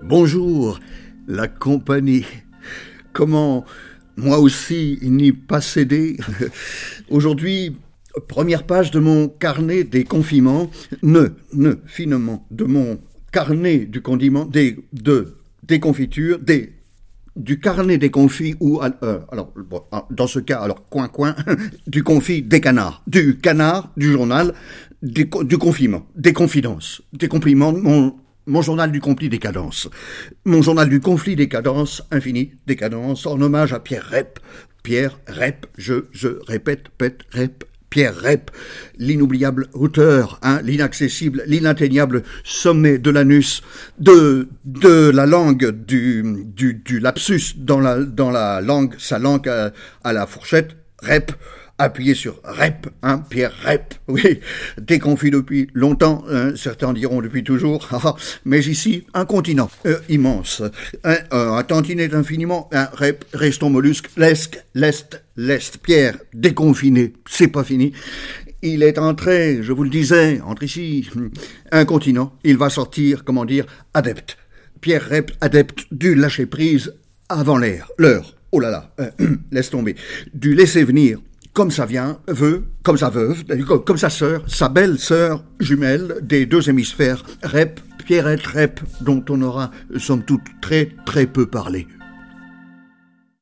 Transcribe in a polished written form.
Bonjour, la compagnie. Comment, moi aussi, n'y pas céder. Aujourd'hui, première page de mon carnet des confiments, finement, de mon carnet du condiment, des confitures, du carnet des confits ou, dans ce cas, coin, du confit des canards, du canard, du journal, du confiment, des confidences, des compliments, mon journal du conflit des cadences. Mon journal du conflit des cadences, infini, décadence, en hommage à Pierre Rep. Pierre Rep, je répète, Rep. Pierre Rep, l'inoubliable auteur, l'inaccessible, l'inatteignable sommet de l'anus, de la langue, du lapsus dans la langue, sa langue à la fourchette, Rep. Appuyé sur Rep, Pierre Rep, oui, déconfit depuis longtemps, certains diront depuis toujours, mais ici, un continent immense, un tantinet infiniment, Rep, reston mollusque, l'Est, Pierre, déconfiné, c'est pas fini. Il est entré, je vous le disais, entre ici, un continent, il va sortir, adepte. Pierre Rep, adepte du lâcher-prise avant l'heure, oh là là, laisse tomber, du laisser venir, comme ça vient, comme sa veuve, comme sa sœur, sa belle-sœur jumelle des deux hémisphères, Rep, Pierrette Rep, dont on aura, somme toute, très, très peu parlé.